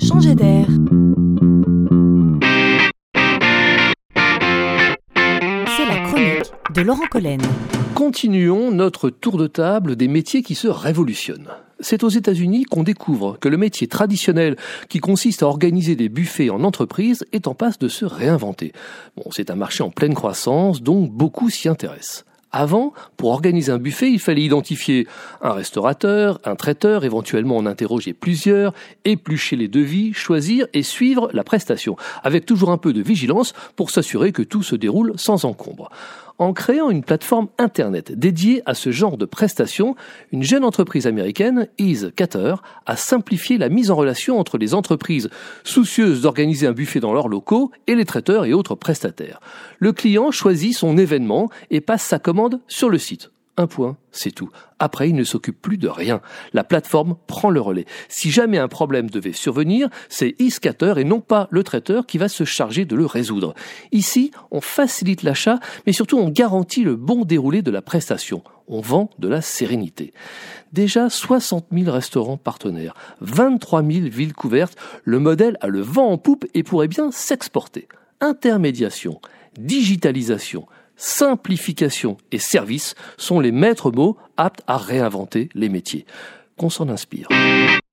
changer d'air. C'est la chronique de Laurent Collen. Continuons notre tour de table des métiers qui se révolutionnent. C'est aux États-Unis qu'on découvre que le métier traditionnel qui consiste à organiser des buffets en entreprise est en passe de se réinventer. C'est un marché en pleine croissance, donc beaucoup s'y intéressent. Avant, pour organiser un buffet, il fallait identifier un restaurateur, un traiteur, éventuellement en interroger plusieurs, éplucher les devis, choisir et suivre la prestation, avec toujours un peu de vigilance pour s'assurer que tout se déroule sans encombre. En créant une plateforme Internet dédiée à ce genre de prestations, une jeune entreprise américaine, EaseCater, a simplifié la mise en relation entre les entreprises soucieuses d'organiser un buffet dans leurs locaux et les traiteurs et autres prestataires. Le client choisit son événement et passe sa commande sur le site. Un point, c'est tout. Après, il ne s'occupe plus de rien. La plateforme prend le relais. Si jamais un problème devait survenir, c'est EaseCater et non pas le traiteur qui va se charger de le résoudre. Ici, on facilite l'achat, mais surtout on garantit le bon déroulé de la prestation. On vend de la sérénité. Déjà 60 000 restaurants partenaires, 23 000 villes couvertes, le modèle a le vent en poupe et pourrait bien s'exporter. Intermédiation, digitalisation, simplification et service sont les maîtres mots aptes à réinventer les métiers. Qu'on s'en inspire.